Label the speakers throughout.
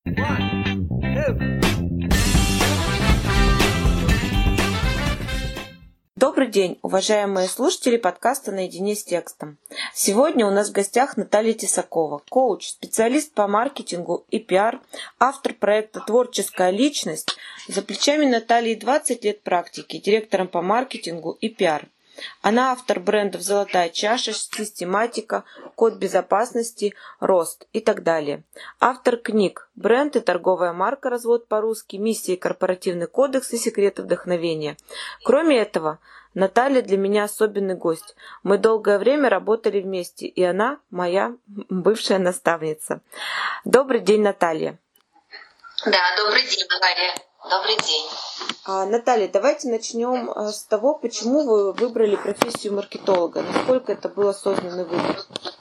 Speaker 1: One, two.
Speaker 2: Добрый день, уважаемые слушатели подкаста «Наедине с текстом». Сегодня у нас в гостях Наталья Тесакова, коуч, специалист по маркетингу и пиар, автор проекта «Творческая личность». За плечами Натальи 20 лет практики, директором по маркетингу и пиар. Она автор брендов «Золотая чаша», «Систематика», «Код безопасности», «Рост» и так далее. Автор книг «Бренд и торговая марка. Развод по-русски», «Миссия и корпоративный кодекс» и «Секреты вдохновения». Кроме этого, Наталья для меня особенный гость. Мы долгое время работали вместе, и она моя бывшая наставница. Добрый день, Наталья.
Speaker 3: Да, добрый день, Мария. Добрый день.
Speaker 2: Наталья, давайте начнем с того, почему вы выбрали профессию маркетолога. Насколько это был осознанный выбор?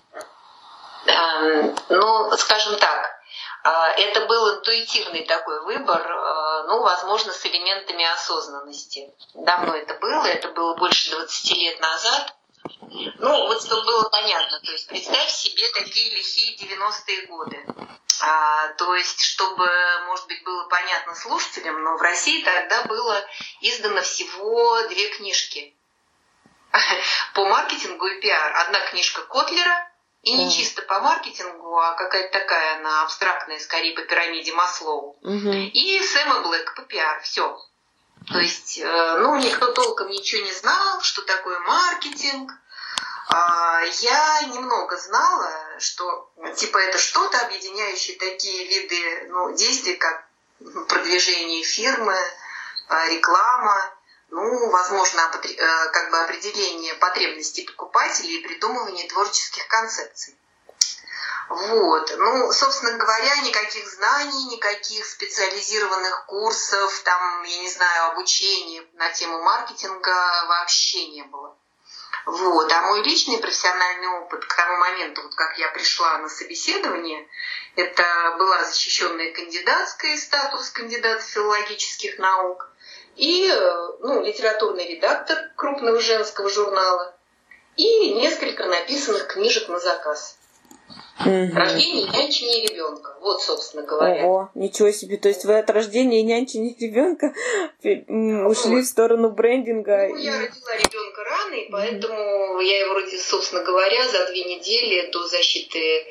Speaker 3: Скажем так, это был интуитивный такой выбор, возможно, с элементами осознанности. Давно это было больше 20 лет назад. Чтобы было понятно, то есть представь себе такие лихие 90-е годы. То есть, чтобы, может быть, было понятно слушателям, но в России тогда было издано всего 2 книжки по маркетингу и пиар. Одна книжка Котлера, и не чисто по маркетингу, а какая-то такая, она абстрактная, скорее по пирамиде Маслоу. И Сэма Блэк по пиар. Все. То есть, никто толком ничего не знал, что такое маркетинг. Я немного знала, что это что-то, объединяющее такие виды действий, как продвижение фирмы, реклама, возможно, определение потребностей покупателей и придумывание творческих концепций. Собственно говоря, никаких знаний, никаких специализированных курсов, обучения на тему маркетинга вообще не было. А мой личный профессиональный опыт к тому моменту, как я пришла на собеседование, это была защищенная кандидатская статус кандидата филологических наук и литературный редактор крупного женского журнала и несколько написанных книжек на заказ. Рождение и нянчение ребенка. Собственно говоря.
Speaker 2: Ого, ничего себе. То есть вы от рождения и нянчения ребенка ушли в сторону брендинга.
Speaker 3: Я родила ребенка рано, и поэтому я его родила, собственно говоря, за 2 недели до защиты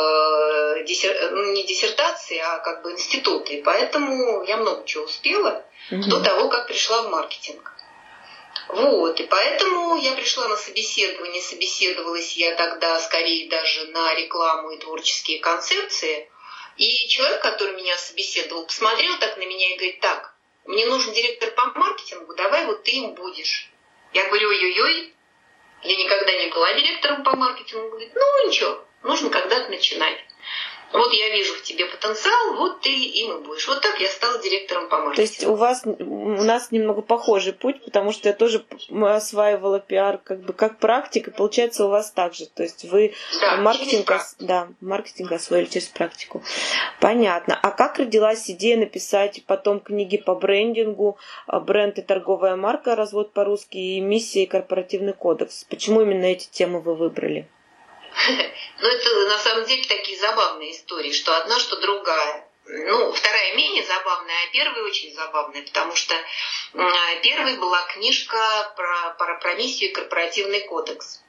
Speaker 3: не диссертации, а института. И поэтому я много чего успела до того, как пришла в маркетинг. И поэтому я пришла на собеседование. Собеседовалась я тогда скорее даже на рекламу и творческие концепции. И человек, который меня собеседовал, посмотрел так на меня и говорит: так, мне нужен директор по маркетингу, давай ты им будешь. Я говорю: ой-ой-ой, я никогда не была директором по маркетингу. Говорит: ничего, нужно когда-то начинать. Я вижу в тебе потенциал, ты им и будешь. Так я стала директором по маркетингу.
Speaker 2: То есть у нас немного похожий путь, потому что я тоже осваивала пиар как практика, получается у вас так же. То есть вы маркетинг освоили через практику. Понятно. А как родилась идея написать потом книги по брендингу, бренд и торговая марка, развод по-русски, и миссия и корпоративный кодекс? Почему именно эти темы вы выбрали?
Speaker 3: Это на самом деле такие забавные истории, что одна, что другая. Вторая менее забавная, а первая очень забавная, потому что первой была книжка про миссию и корпоративный кодекс.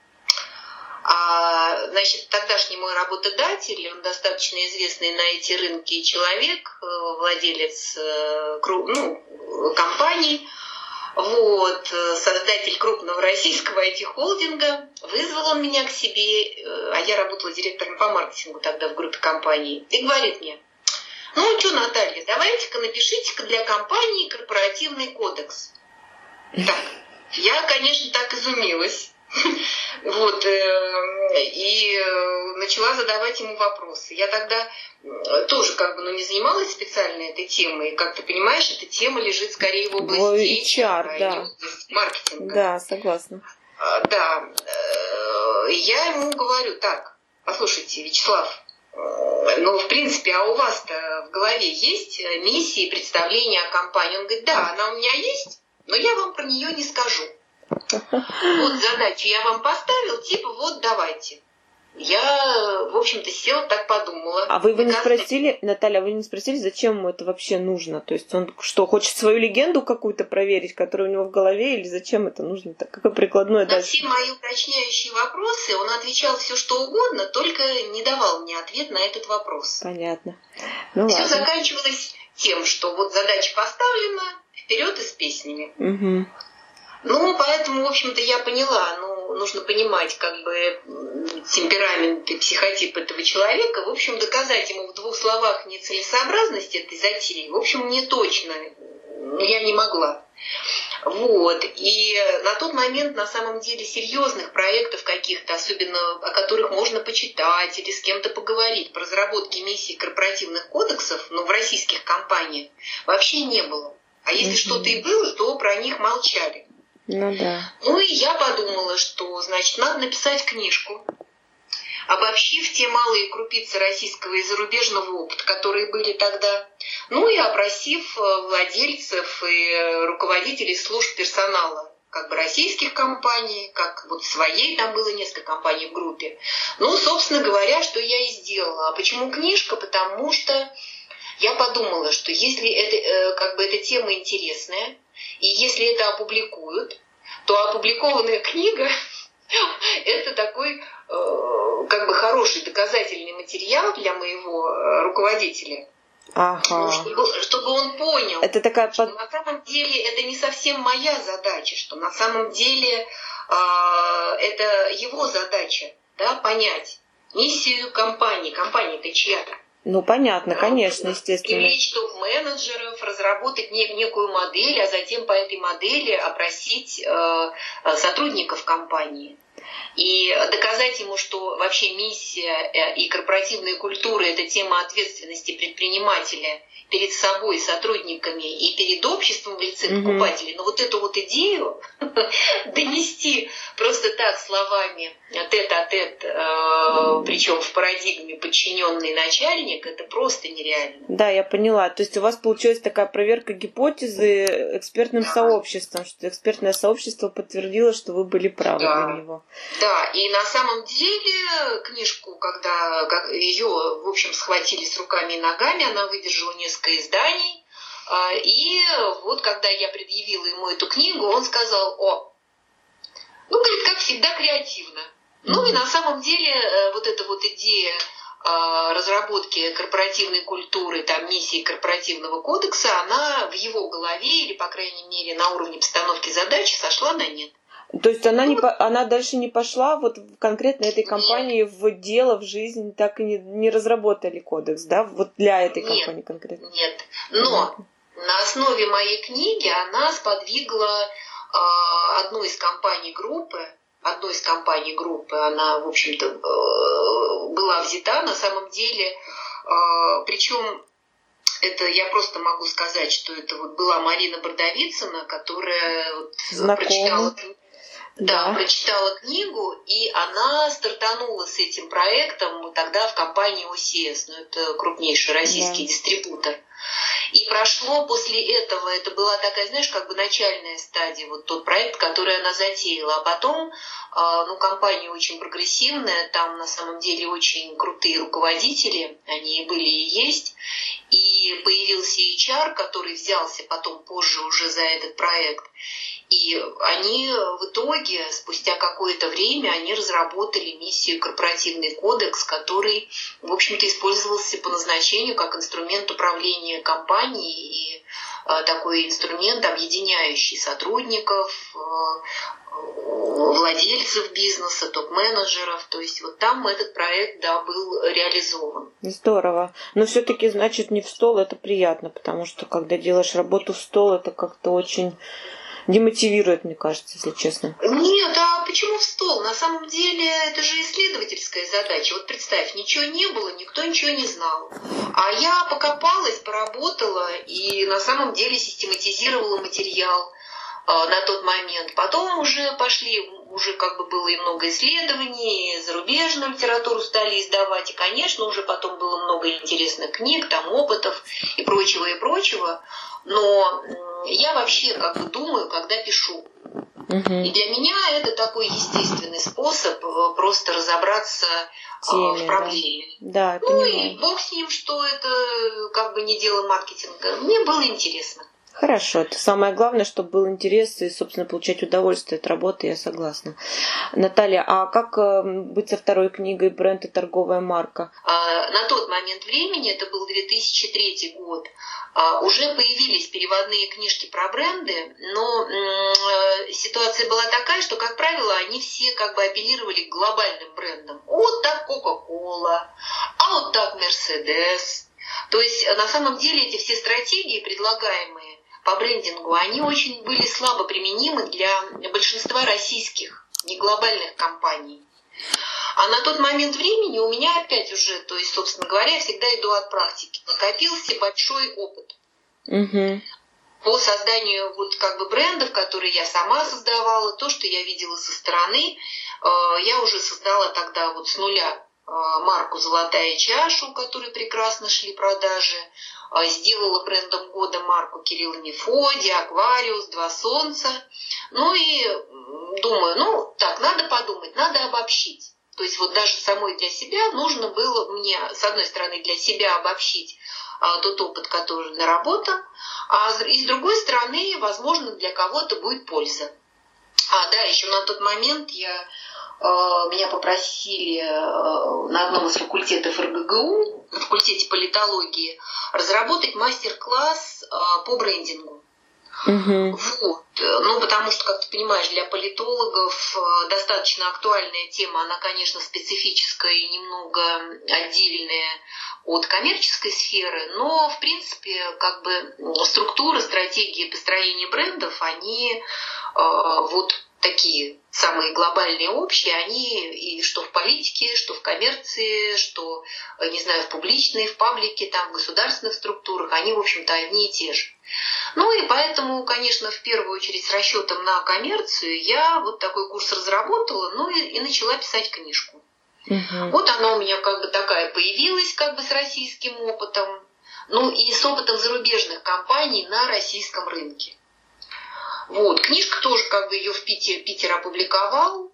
Speaker 3: Тогдашний мой работодатель, он достаточно известный на эти рынки человек, владелец компаний, создатель крупного российского IT-холдинга, вызвал он меня к себе, а я работала директором по маркетингу тогда в группе компаний, и говорит мне: Наталья, давайте-ка напишите-ка для компании корпоративный кодекс. Так, я, конечно, так изумилась. И начала задавать ему вопросы. Я тогда тоже не занималась специально этой темой. Как ты понимаешь, эта тема лежит скорее в области
Speaker 2: HR, да.
Speaker 3: Маркетинга.
Speaker 2: Да, согласна.
Speaker 3: Да. Я ему говорю: так, послушайте, Вячеслав, в принципе, а у вас-то в голове есть миссия и представление о компании? Он говорит: да, она у меня есть, но я вам про нее не скажу. Задачу я вам поставил, давайте. я, в общем-то, села, так подумала.
Speaker 2: А вы его не спросили, Наталья, вы не спросили, зачем ему это вообще нужно? То есть он что, хочет свою легенду какую-то проверить, которая у него в голове, или зачем это нужно? Какое прикладное
Speaker 3: дальше? На все мои уточняющие вопросы он отвечал все, что угодно, только не давал мне ответ на этот вопрос.
Speaker 2: Понятно.
Speaker 3: Все заканчивалось тем, что вот задача поставлена, вперед и с песнями.
Speaker 2: Угу.
Speaker 3: Поэтому, в общем-то, я поняла, нужно понимать, темперамент и психотип этого человека. В общем, доказать ему в 2 словах нецелесообразность этой затеи, в общем, мне точно, я не могла. И на тот момент, на самом деле, серьезных проектов каких-то, особенно о которых можно почитать или с кем-то поговорить, по разработке миссий корпоративных кодексов, в российских компаниях, вообще не было. А если что-то и было, то про них молчали.
Speaker 2: Да.
Speaker 3: И я подумала, что, значит, надо написать книжку, обобщив те малые крупицы российского и зарубежного опыта, которые были тогда, и опросив владельцев и руководителей служб персонала, российских компаний, своей, там было несколько компаний в группе. Собственно говоря, что я и сделала. А почему книжка? Потому что я подумала, что если эта тема интересная, и если это опубликуют, то опубликованная книга – это такой хороший доказательный материал для моего руководителя.
Speaker 2: Ага.
Speaker 3: Чтобы он понял,
Speaker 2: что
Speaker 3: на самом деле это не совсем моя задача, что на самом деле это его задача, понять миссию компании. Компания-то чья-то.
Speaker 2: Понятно, конечно, естественно.
Speaker 3: Привлечь топ-менеджеров, разработать некую модель, а затем по этой модели опросить сотрудников компании. И доказать ему, что вообще миссия и корпоративная культура – это тема ответственности предпринимателя перед собой, сотрудниками и перед обществом в лице покупателей. Но эту идею донести просто так словами тет-а-тет, причем в парадигме подчиненный начальник, это просто нереально.
Speaker 2: Да, я поняла. То есть у вас получилась такая проверка гипотезы экспертным сообществом, что экспертное сообщество подтвердило, что вы были правы для него.
Speaker 3: Да, и на самом деле книжку, когда ее, в общем, схватили с руками и ногами, она выдержала несколько изданий. И когда я предъявила ему эту книгу, он сказал: говорит, как всегда, креативно. И на самом деле эта идея разработки корпоративной культуры, миссии корпоративного кодекса, она в его голове, или, по крайней мере, на уровне постановки задачи, сошла на нет.
Speaker 2: То есть она дальше не пошла конкретно этой компании в дело, в жизнь, так и не разработали кодекс, да? Для этой компании конкретно?
Speaker 3: Нет. Но на основе моей книги она сподвигла одну из компаний группы, она, в общем-то, была взята, на самом деле, причем это я просто могу сказать, что это была Марина Бордовицына, которая прочитала книгу, и она стартанула с этим проектом тогда в компании ОСС, это крупнейший российский дистрибутор. И прошло после этого, это была такая, начальная стадия, тот проект, который она затеяла. А потом, компания очень прогрессивная, там на самом деле очень крутые руководители, они были и есть. И появился HR, который взялся потом позже уже за этот проект. И они в итоге, спустя какое-то время, они разработали миссию корпоративный кодекс, который, в общем-то, использовался по назначению как инструмент управления компанией и такой инструмент, объединяющий сотрудников, владельцев бизнеса, топ-менеджеров. То есть там этот проект, был реализован.
Speaker 2: Здорово. Но все-таки, значит, не в стол, это приятно, потому что когда делаешь работу в стол, это как-то очень демотивирует, мне кажется, если честно.
Speaker 3: Нет, а почему в стол? На самом деле это же исследовательская задача. Представь, ничего не было, никто ничего не знал. А я покопалась, поработала и на самом деле систематизировала материал на тот момент. Потом уже пошли, было и много исследований, и зарубежную литературу стали издавать, и, конечно, уже потом было много интересных книг, опытов и прочего, и прочего. Но я вообще думаю, когда пишу. И для меня это такой естественный способ просто разобраться в проблеме.
Speaker 2: Да,
Speaker 3: и бог с ним, что это как бы не дело маркетинга. Мне было интересно.
Speaker 2: Хорошо, это самое главное, чтобы был интерес и, собственно, получать удовольствие от работы, я согласна. Наталья, а как быть со второй книгой «Бренд и торговая марка»?
Speaker 3: На тот момент времени, это был 2003 год, уже появились переводные книжки про бренды, но ситуация была такая, что, как правило, они все как бы апеллировали к глобальным брендам. Вот так Coca-Cola, а вот так Mercedes. То есть, на самом деле, эти все стратегии, предлагаемые по брендингу, они очень были слабо применимы для большинства российских, не глобальных компаний. А на тот момент времени у меня опять уже, то есть, собственно говоря, я всегда иду от практики. Накопился большой опыт по созданию вот как бы брендов, которые я сама создавала, то, что я видела со стороны. Я уже создала тогда вот с нуля марку «Золотая чаша», у которой прекрасно шли продажи. Сделала брендом года марку Кирилл и Мефодий, Аквариус, Два солнца. Ну и думаю, надо подумать, надо обобщить. То есть вот даже самой для себя нужно было мне, с одной стороны, для себя обобщить тот опыт, который наработан, и с другой стороны, возможно, для кого-то будет польза. Еще на тот момент меня попросили на одном из факультетов РГГУ, на факультете политологии, разработать мастер-класс по брендингу. Вот. Потому что, как ты понимаешь, для политологов достаточно актуальная тема, она, конечно, специфическая и немного отдельная от коммерческой сферы, но, в принципе, как бы структура, стратегии построения брендов, они вот такие самые глобальные, общие, они и что в политике, что в коммерции, что, не знаю, в публичной, в паблике, там, в государственных структурах, они, в общем-то, одни и те же. И поэтому, конечно, в первую очередь с расчетом на коммерцию я вот такой курс разработала, и начала писать книжку. Вот она у меня как бы такая появилась, как бы с российским опытом, и с опытом зарубежных компаний на российском рынке. Вот, книжка тоже, как бы ее Питер опубликовал.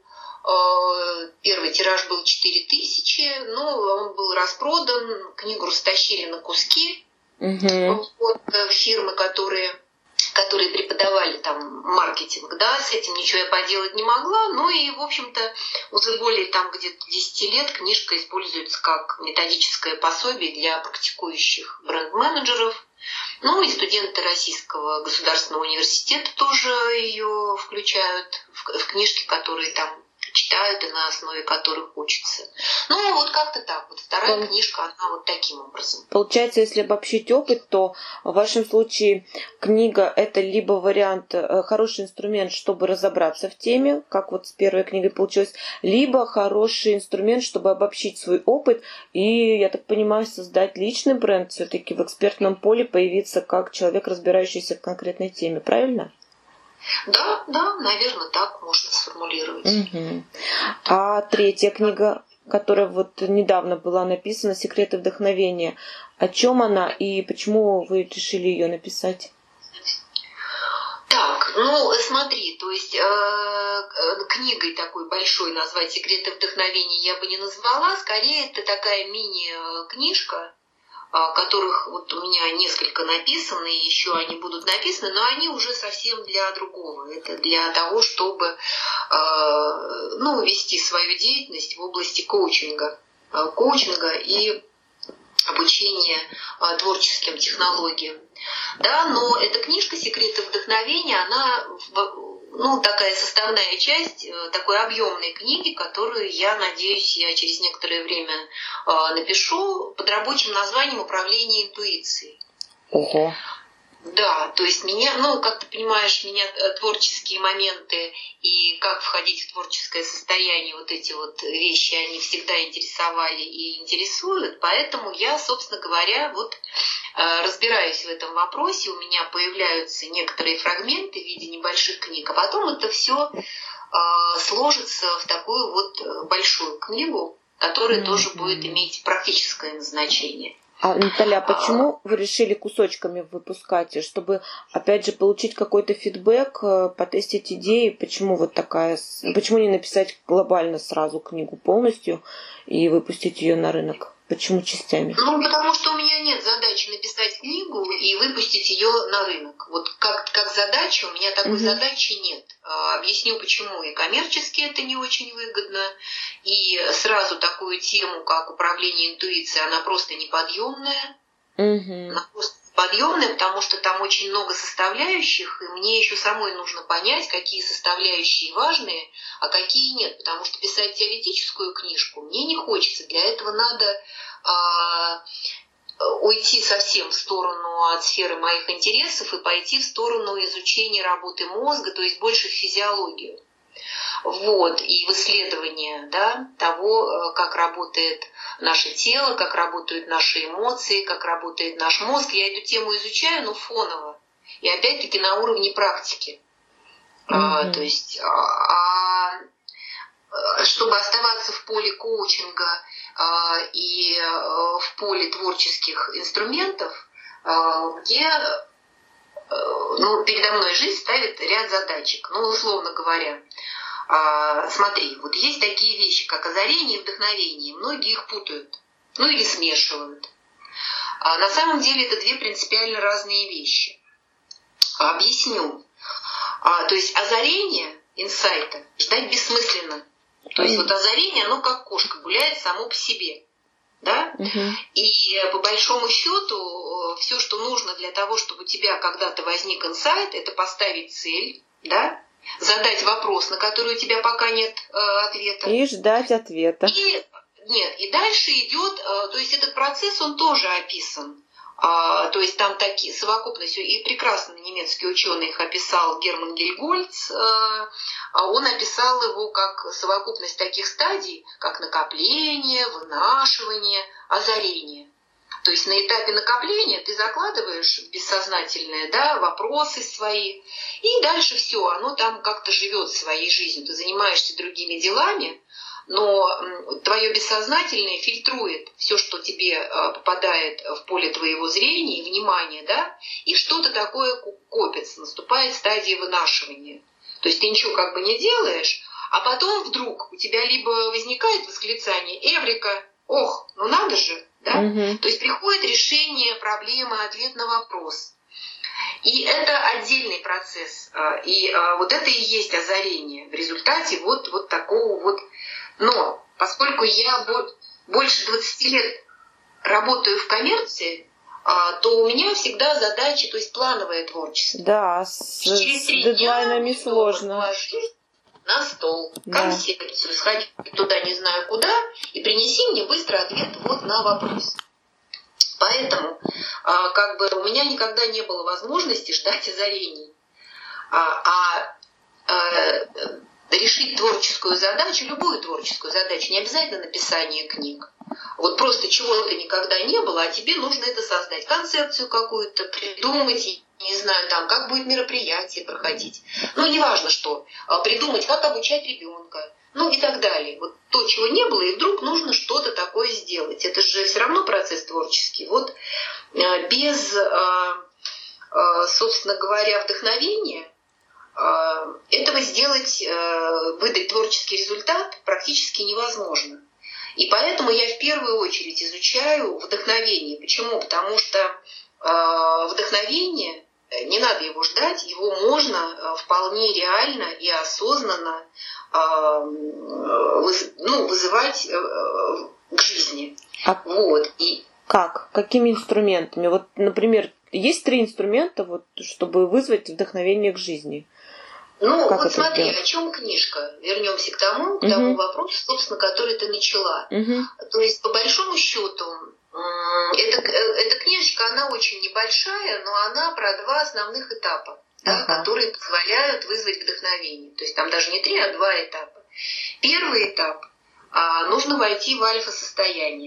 Speaker 3: Первый тираж был 4000, но он был распродан, книгу растащили на куски. Вот, фирмы, которые преподавали там маркетинг, с этим ничего я поделать не могла. И, в общем-то, уже более там где-то 10 лет книжка используется как методическое пособие для практикующих бренд-менеджеров. И студенты Российского государственного университета тоже ее включают в книжки, которые там читают и на основе которых учатся. Вот как-то так. Вот вторая книжка, она вот таким образом.
Speaker 2: Получается, если обобщить опыт, то в вашем случае книга – это либо вариант, хороший инструмент, чтобы разобраться в теме, как вот с первой книгой получилось, либо хороший инструмент, чтобы обобщить свой опыт и, я так понимаю, создать личный бренд, все-таки в экспертном поле появиться как человек, разбирающийся в конкретной теме. Правильно?
Speaker 3: Да, наверное, так можно сформулировать.
Speaker 2: А третья книга, которая вот недавно была написана, «Секреты вдохновения», о чем она и почему вы решили ее написать?
Speaker 3: Так, смотри, то есть книгой такой большой назвать «Секреты вдохновения» я бы не назвала, скорее это такая мини-книжка, которых вот у меня несколько написано, и еще они будут написаны, но они уже совсем для другого. Это для того, чтобы вести свою деятельность в области коучинга и обучения творческим технологиям. Но эта книжка «Секреты вдохновения», она такая составная часть такой объемной книги, которую, я надеюсь, я через некоторое время напишу под рабочим названием «Управление интуицией».
Speaker 2: Ого.
Speaker 3: Да, то есть меня, как ты понимаешь, меня творческие моменты и как входить в творческое состояние, вот эти вот вещи, они всегда интересовали и интересуют, поэтому я, собственно говоря, разбираюсь в этом вопросе, у меня появляются некоторые фрагменты в виде небольших книг, а потом это все сложится в такую вот большую книгу, которая тоже будет иметь практическое назначение.
Speaker 2: Наталья, почему вы решили кусочками выпускать? Чтобы, опять же, получить какой-то фидбэк, потестить идеи? Почему почему не написать глобально сразу книгу полностью и выпустить ее на рынок? Почему частями?
Speaker 3: Потому что у меня нет задачи написать книгу и выпустить ее на рынок. Вот как задача, у меня такой задачи нет. Объясню почему. И коммерчески это не очень выгодно, и сразу такую тему, как управление интуицией, она просто неподъемная. Она просто неподъемная, потому что там очень много составляющих, и мне еще самой нужно понять, какие составляющие важные, а какие нет. Потому что писать теоретическую книжку мне не хочется. Для этого надо уйти совсем в сторону от сферы моих интересов и пойти в сторону изучения работы мозга, то есть больше в физиологию. И в исследование того, как работает наше тело, как работают наши эмоции, как работает наш мозг. Я эту тему изучаю, но фоново. И опять-таки на уровне практики. То есть, чтобы оставаться в поле коучинга и в поле творческих инструментов, где передо мной жизнь ставит ряд задачек. Условно говоря, смотри, вот есть такие вещи, как озарение и вдохновение. Многие их путают, или смешивают. На самом деле это две принципиально разные вещи. Объясню. То есть озарение, инсайта, ждать бессмысленно. То есть озарение, оно как кошка, гуляет само по себе. Да? И по большому счету все, что нужно для того, чтобы у тебя когда-то возник инсайт, это поставить цель, задать вопрос, на который у тебя пока нет ответа.
Speaker 2: И ждать ответа.
Speaker 3: И дальше идет, то есть этот процесс, он тоже описан. То есть там такие совокупность, и прекрасно немецкий ученый их описал, Герман Гельгольц, он описал его как совокупность таких стадий, как накопление, вынашивание, озарение. То есть на этапе накопления ты закладываешь в бессознательное, вопросы свои, и дальше все, оно там как-то живет своей жизнью. Ты занимаешься другими делами, но твое бессознательное фильтрует все, что тебе попадает в поле твоего зрения и внимания, и что-то такое копится, наступает стадия вынашивания. То есть ты ничего как бы не делаешь, а потом вдруг у тебя либо возникает восклицание «Эврика! Ох, надо же!» То есть приходит решение проблемы, ответ на вопрос. И это отдельный процесс. И вот это и есть озарение в результате вот такого вот. Но поскольку я больше 20 лет работаю в коммерции, то у меня всегда задача, то есть плановое творчество.
Speaker 2: Да, с дедлайнами сложно.
Speaker 3: На стол, концепцию, сходить туда не знаю куда и принеси мне быстро ответ на вопрос. Поэтому у меня никогда не было возможности ждать озарений. Решить творческую задачу, любую творческую задачу, не обязательно написание книг. Вот просто чего-то никогда не было, а тебе нужно это создать. Концепцию какую-то, придумать, не знаю, как будет мероприятие проходить. Неважно что. Придумать, как обучать ребенка. И так далее. Вот то, чего не было, и вдруг нужно что-то такое сделать. Это же все равно процесс творческий. Без, собственно говоря, вдохновения этого сделать, выдать творческий результат практически невозможно. И поэтому я в первую очередь изучаю вдохновение. Почему? Потому что вдохновение, не надо его ждать, его можно вполне реально и осознанно вызывать к жизни.
Speaker 2: И как? Какими инструментами? Например, есть 3 инструмента, чтобы вызвать вдохновение к жизни.
Speaker 3: Смотри, о чем книжка? Вернемся к тому вопросу, собственно, который ты начала. То есть, по большому счету, эта книжечка, она очень небольшая, но она про 2 основных этапа, которые позволяют вызвать вдохновение. То есть там даже не 3, а 2 этапа. Первый этап – нужно войти в альфа-состояние.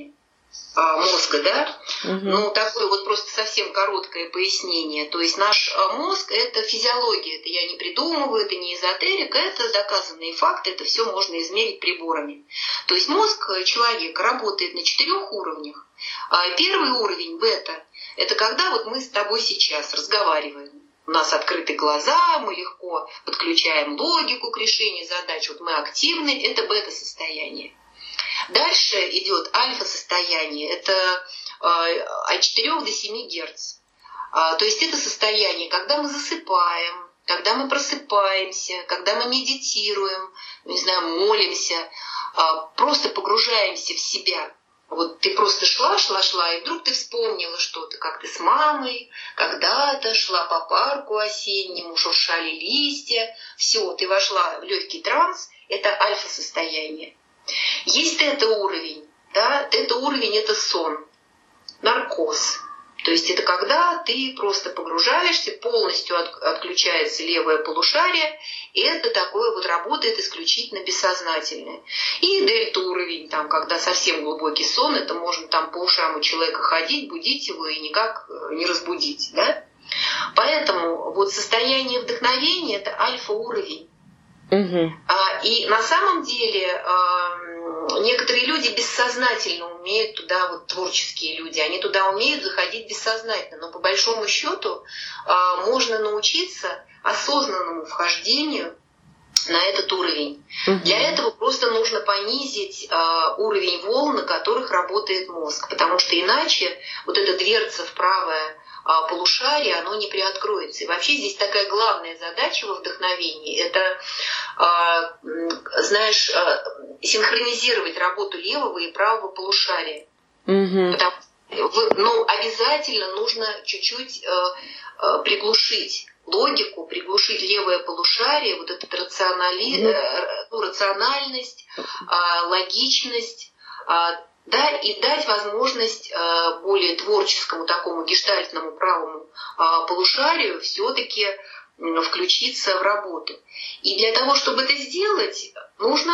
Speaker 3: мозга, да? Ну, такое вот просто совсем короткое пояснение. То есть наш мозг – это физиология, это я не придумываю, это не эзотерика, это доказанные факты, это все можно измерить приборами. То есть мозг человека работает на 4 уровнях. Первый уровень – бета – это когда вот мы с тобой сейчас разговариваем. У нас открыты глаза, мы легко подключаем логику к решению задач, вот мы активны, это бета-состояние. Дальше идет альфа-состояние, это от 4 до 7 Гц. То есть это состояние, когда мы засыпаем, когда мы просыпаемся, когда мы медитируем, не знаю, молимся, просто погружаемся в себя. Вот ты просто шла, и вдруг ты вспомнила что-то, как ты с мамой когда-то шла по парку осеннему, шуршали листья, все, ты вошла в легкий транс, это альфа-состояние. Есть тета-уровень, да, тета-уровень – это сон, наркоз. То есть это когда ты просто погружаешься, полностью отключается левое полушарие, и это такое вот работает исключительно бессознательное. И дельта-уровень, там, когда совсем глубокий сон, это можно там по ушам у человека ходить, будить его и никак не разбудить, да. Поэтому вот состояние вдохновения – это альфа-уровень. И на самом деле некоторые люди бессознательно умеют туда, вот творческие люди, они туда умеют заходить бессознательно, но по большому счету можно научиться осознанному вхождению на этот уровень. Для этого просто нужно понизить уровень волн, на которых работает мозг, потому что иначе вот эта дверца в правое полушарие, оно не приоткроется. И вообще здесь такая главная задача во вдохновении – это, знаешь, синхронизировать работу левого и правого полушария. Но обязательно нужно чуть-чуть приглушить логику, приглушить левое полушарие, вот эту рациональность, логичность, да, и дать возможность более творческому такому гештальтному правому полушарию все-таки включиться в работу. И для того, чтобы это сделать, нужно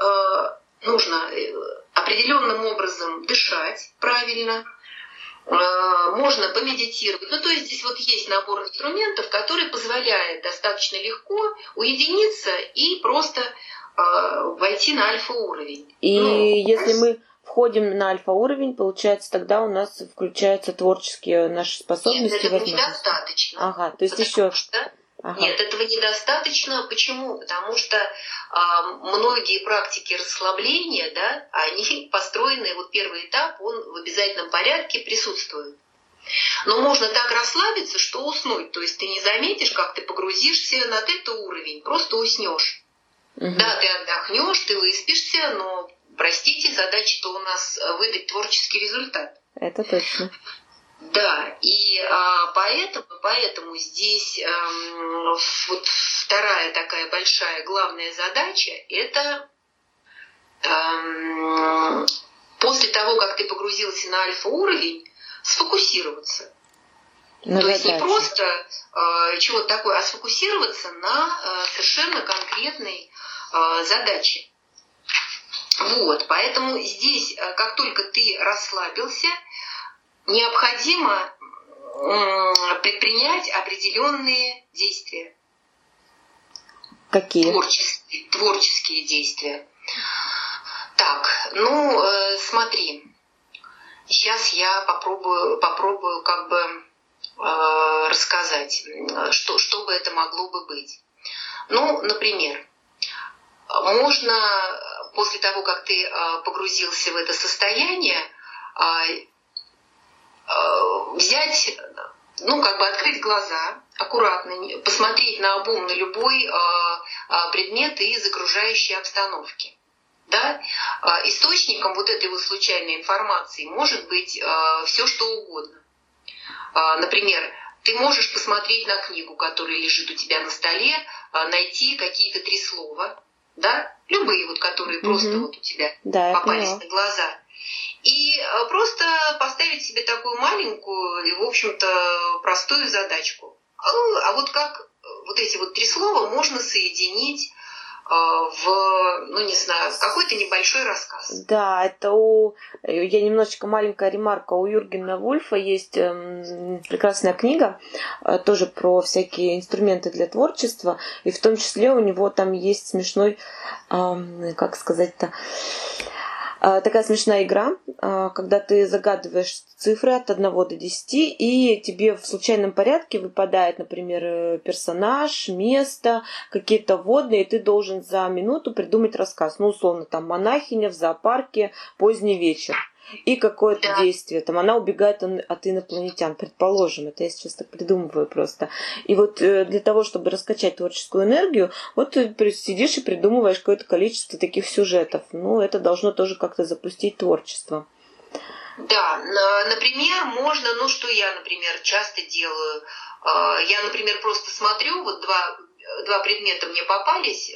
Speaker 3: определенным образом дышать правильно, можно помедитировать. Ну, то есть здесь вот есть набор инструментов, который позволяет достаточно легко уединиться и просто войти на альфа-уровень.
Speaker 2: И если мы входим на альфа-уровень, получается, тогда у нас включаются творческие наши способности.
Speaker 3: Нет, этого недостаточно.
Speaker 2: Ага, то есть еще...
Speaker 3: Нет, этого недостаточно. Почему? Потому что многие практики расслабления, да, они построены, вот первый этап, он в обязательном порядке присутствует. Но можно так расслабиться, что уснуть. То есть ты не заметишь, как ты погрузишься на тета-уровень, просто уснешь. Да, ты отдохнешь, ты выспишься, но, простите, задача-то у нас выдать творческий результат.
Speaker 2: Это точно.
Speaker 3: Да, и поэтому здесь вот вторая такая большая главная задача – это после того, как ты погрузился на альфа-уровень, сфокусироваться. То есть не просто чего-то такое, а сфокусироваться на совершенно конкретной задаче. Вот, поэтому здесь, как только ты расслабился, необходимо предпринять определенные действия.
Speaker 2: Какие?
Speaker 3: Творческие действия. Так, смотри. Сейчас я попробую как бы рассказать, что бы это могло бы быть. Ну, например, можно после того, как ты погрузился в это состояние, взять, как бы открыть глаза, аккуратно, посмотреть наобум на любой предмет из окружающей обстановки. Да? Источником вот этой вот случайной информации может быть все, что угодно. Например, ты можешь посмотреть на книгу, которая лежит у тебя на столе, найти какие-то 3 слова, да? Любые, вот, которые просто вот у тебя попались на глаза. И просто поставить себе такую маленькую и, в общем-то, простую задачку. А вот как вот эти вот 3 слова можно соединить в, не знаю, в какой-то небольшой рассказ.
Speaker 2: Да, это я немножечко маленькая ремарка, у Юргена Вульфа есть прекрасная книга, тоже про всякие инструменты для творчества, и в том числе у него там есть смешной, как сказать-то, такая смешная игра, когда ты загадываешь цифры от 1 до 10, и тебе в случайном порядке выпадает, например, персонаж, место, какие-то вводные, и ты должен за минуту придумать рассказ. Условно, там, монахиня в зоопарке, поздний вечер. И какое-то действие. Там она убегает от инопланетян, предположим. Это я сейчас так придумываю просто. И вот для того, чтобы раскачать творческую энергию, вот ты сидишь и придумываешь какое-то количество таких сюжетов. Это должно тоже как-то запустить творчество.
Speaker 3: Да, например, можно, что я, например, часто делаю. Я, например, просто смотрю, вот два предмета мне попались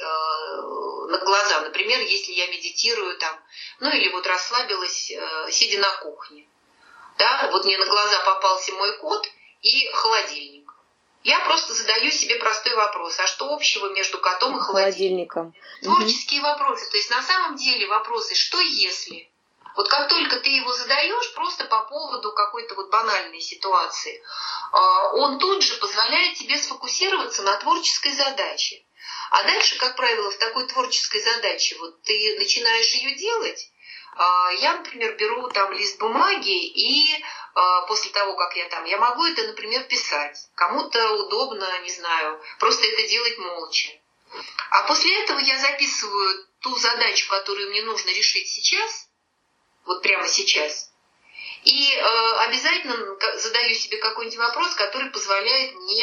Speaker 3: на глаза. Например, если я медитирую там, или вот расслабилась, сидя на кухне. Да, вот мне на глаза попался мой кот и холодильник. Я просто задаю себе простой вопрос: а что общего между котом и холодильником? Творческие вопросы. То есть на самом деле вопросы: что если? Вот как только ты его задаешь просто по поводу какой-то вот банальной ситуации, он тут же позволяет тебе сфокусироваться на творческой задаче. А дальше, как правило, в такой творческой задаче, вот ты начинаешь ее делать. Я, например, беру там лист бумаги, и после того, как я могу это, например, писать. Кому-то удобно, не знаю, просто это делать молча. А после этого я записываю ту задачу, которую мне нужно решить сейчас, вот прямо сейчас. И обязательно задаю себе какой-нибудь вопрос, который позволяет мне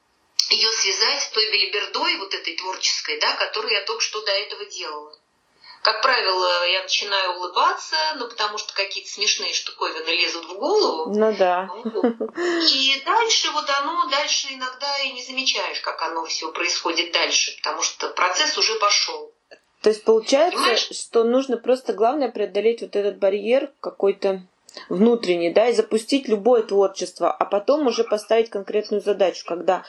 Speaker 3: ее связать с той белибердой, вот этой творческой, да, которую я только что до этого делала. Как правило, я начинаю улыбаться, потому что какие-то смешные штуковины лезут в голову.
Speaker 2: Да.
Speaker 3: И дальше дальше иногда и не замечаешь, как оно все происходит дальше, потому что процесс уже пошел.
Speaker 2: То есть получается, что нужно просто, главное, преодолеть вот этот барьер какой-то внутренний, да, и запустить любое творчество, а потом уже поставить конкретную задачу, когда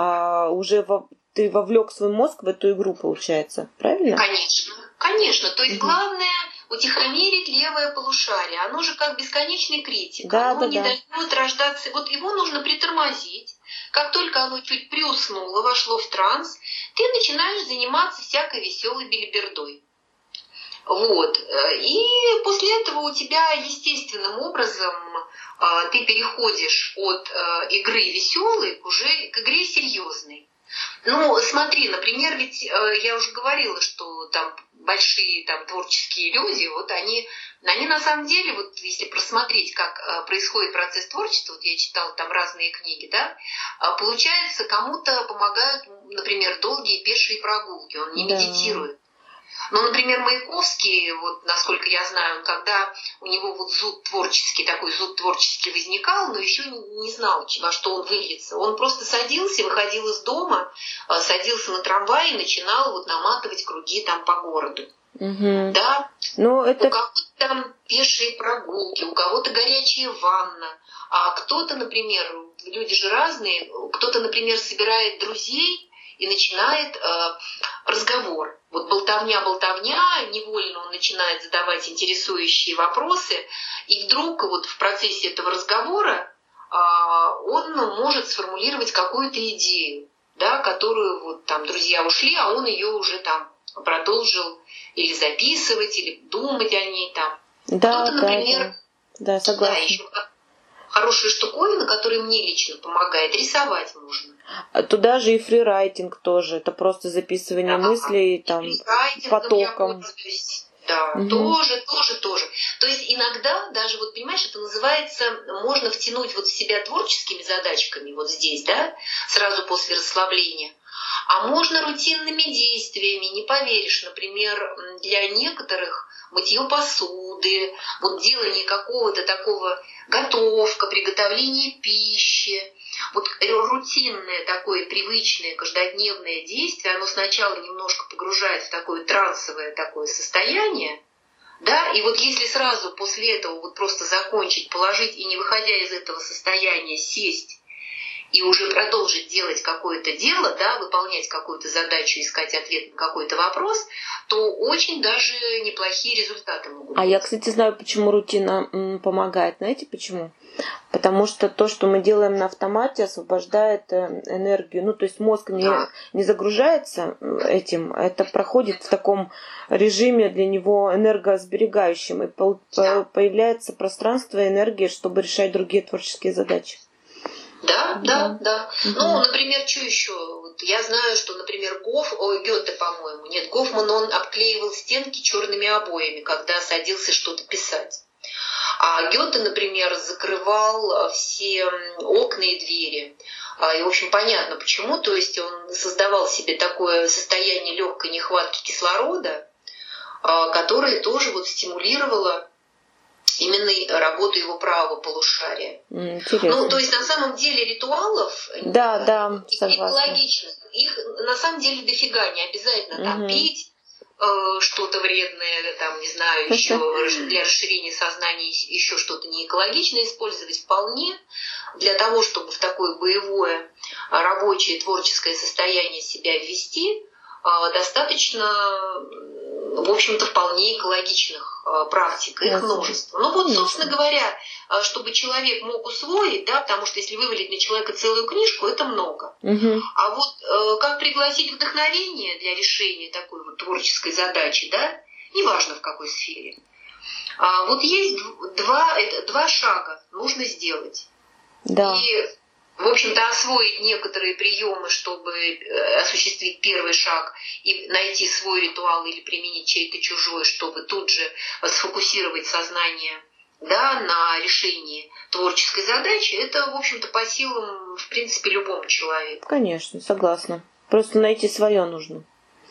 Speaker 2: уже ты вовлек свой мозг в эту игру, получается, правильно?
Speaker 3: Конечно. То есть главное утихомирить левое полушарие. Оно же как бесконечный критик. Оно не дает рождаться. Вот его нужно притормозить. Как только оно чуть приуснуло, вошло в транс, ты начинаешь заниматься всякой веселой белибердой. Вот. И после этого у тебя естественным образом ты переходишь от игры веселой уже к игре серьезной. Смотри, например, ведь я уже говорила, что там большие творческие люди, вот они на самом деле, вот если просмотреть, как происходит процесс творчества, вот я читала там разные книги, да, получается, кому-то помогают, например, долгие пешие прогулки, он не медитирует. Например, Маяковский, вот насколько я знаю, когда у него вот зуд творческий возникал, но еще не знал, во что он выльется. Он просто садился, выходил из дома, садился на трамвай и начинал вот наматывать круги там по городу.
Speaker 2: Угу.
Speaker 3: Да?
Speaker 2: У
Speaker 3: кого-то там пешие прогулки, у кого-то горячая ванна, а кто-то, например, люди же разные, кто-то, например, собирает друзей и начинает разговор. Вот болтовня, невольно он начинает задавать интересующие вопросы, и вдруг вот в процессе этого разговора он может сформулировать какую-то идею, да, которую вот там друзья ушли, а он ее уже там продолжил или записывать, или думать о ней там. Кто-то, например,
Speaker 2: согласна.
Speaker 3: еще хорошая штуковина, которая мне лично помогает, рисовать можно.
Speaker 2: Туда же и фрирайтинг тоже. Это просто записывание мыслей там потоком.
Speaker 3: Да, тоже. То есть иногда даже, вот понимаешь, это называется, можно втянуть вот в себя творческими задачками вот здесь, да, сразу после расслабления. А можно рутинными действиями, не поверишь, например, для некоторых мытье посуды, вот делание какого-то такого, готовка, приготовление пищи. Вот рутинное такое привычное каждодневное действие, оно сначала немножко погружает в такое трансовое такое состояние, да, и вот если сразу после этого вот просто закончить, положить и не выходя из этого состояния сесть и уже продолжить делать какое-то дело, да, выполнять какую-то задачу, искать ответ на какой-то вопрос, то очень даже неплохие результаты могут быть.
Speaker 2: А я, кстати, знаю, почему рутина помогает. Знаете почему? Потому что то, что мы делаем на автомате, освобождает энергию. Ну, то есть мозг не загружается этим, это проходит в таком режиме для него энергосберегающем, и появляется пространство и энергия, чтобы решать другие творческие задачи.
Speaker 3: Да. Ну, например, что еще? Вот я знаю, что, например, Гёте, по-моему, Гофман, он обклеивал стенки черными обоями, когда садился что-то писать. А Гёте, например, закрывал все окна и двери. И, в общем, понятно почему. То есть он создавал себе такое состояние легкой нехватки кислорода, которое тоже вот стимулировало именно работу его правого полушария.
Speaker 2: Интересно.
Speaker 3: Ну, то есть на самом деле ритуалов экологичных, их на самом деле дофига, не обязательно там пить что-то вредное, там, не знаю, еще для расширения сознания еще что-то неэкологичное использовать вполне для того, чтобы в такое боевое, рабочее, творческое состояние себя ввести, достаточно, в общем-то, вполне экологичных практик, их множество. Ну вот, собственно говоря, чтобы человек мог усвоить, да, потому что если вывалить на человека целую книжку, это много. А вот как пригласить вдохновение для решения такой вот творческой задачи, да, неважно в какой сфере. Вот есть два шага нужно сделать.
Speaker 2: Да.
Speaker 3: И, в общем-то, освоить некоторые приемы, чтобы осуществить первый шаг и найти свой ритуал или применить чей-то чужой, чтобы тут же сфокусировать сознание, да, на решении творческой задачи, это, в общем-то, по силам, в принципе, любому человеку.
Speaker 2: Конечно, согласна. Просто найти свое нужно.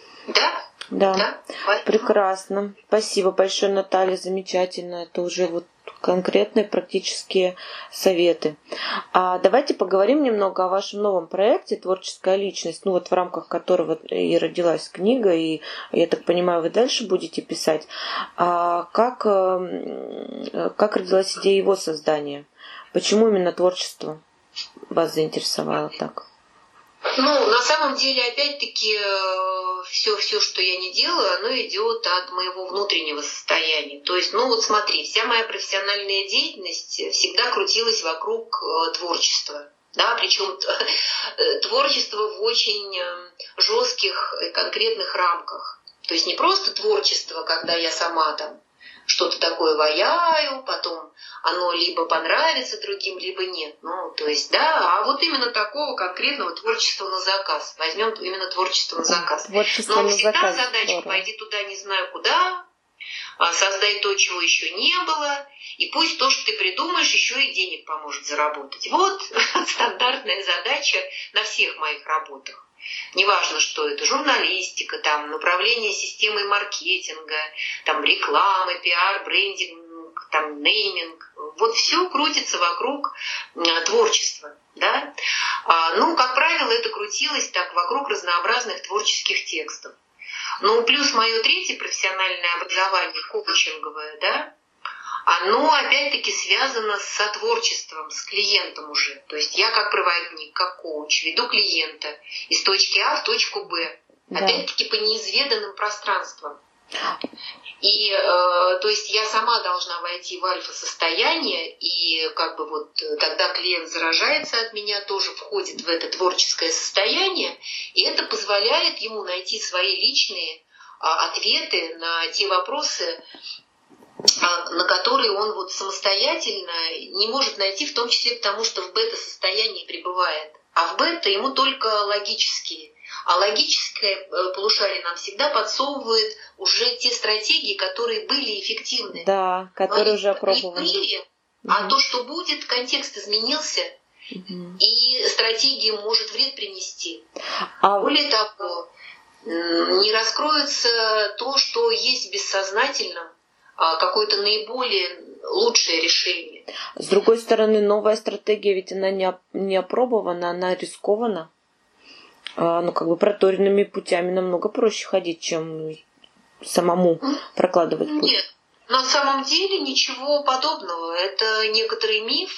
Speaker 2: Да. Прекрасно. Спасибо большое, Наталья, замечательно. Это уже вот конкретные практические советы. А давайте поговорим немного о вашем новом проекте «Творческая личность», ну вот в рамках которого и родилась книга, и, я так понимаю, вы дальше будете писать. А как родилась идея его создания? Почему именно творчество вас заинтересовало так?
Speaker 3: Ну, на самом деле, опять-таки, все, что я не делаю, оно идет от моего внутреннего состояния. То есть, ну вот смотри, вся моя профессиональная деятельность всегда крутилась вокруг творчества. Да, причем творчество в очень жестких и конкретных рамках. То есть не просто творчество, когда я сама там что-то такое ваяю, потом оно либо понравится другим, либо нет. Ну, то есть, да, а вот именно такого конкретного творчества на заказ. Возьмем именно творчество на заказ.
Speaker 2: Творчество на
Speaker 3: всегда
Speaker 2: заказ.
Speaker 3: задача:
Speaker 2: здорово.
Speaker 3: Пойди туда не знаю куда, создай то, чего еще не было, и пусть то, что ты придумаешь, еще и денег поможет заработать. Вот стандартная задача на всех моих работах. Неважно, что это, журналистика, там, направление системы маркетинга, там, рекламы, пиар, брендинг, там, нейминг. Вот все крутится вокруг творчества. Да? Ну, как правило, это крутилось так вокруг разнообразных творческих текстов. Ну, плюс мое третье профессиональное образование, коучинговое, да, оно опять-таки связано с сотворчеством, с клиентом уже. То есть я как проводник, как коуч веду клиента из точки А в точку Б,
Speaker 2: Да.
Speaker 3: опять-таки по неизведанным пространствам. И то есть я сама должна войти в альфа-состояние, и как бы вот тогда клиент заражается от меня, тоже входит в это творческое состояние, и это позволяет ему найти свои личные ответы на те вопросы, на которые он вот самостоятельно не может найти, в том числе потому, что в бета-состоянии пребывает. А в бета ему только логические. А логическое полушарие нам всегда подсовывает уже те стратегии, которые были эффективны.
Speaker 2: Да, которые уже опробованы.
Speaker 3: А то, что будет, контекст изменился, и стратегия может вред принести. Более того, не раскроется то, что есть в бессознательном, какое-то наиболее лучшее решение.
Speaker 2: С другой стороны, новая стратегия, ведь она не опробована, она рискована. Ну, как бы проторенными путями намного проще ходить, чем самому прокладывать путь.
Speaker 3: Нет, на самом деле ничего подобного. Это некоторый миф,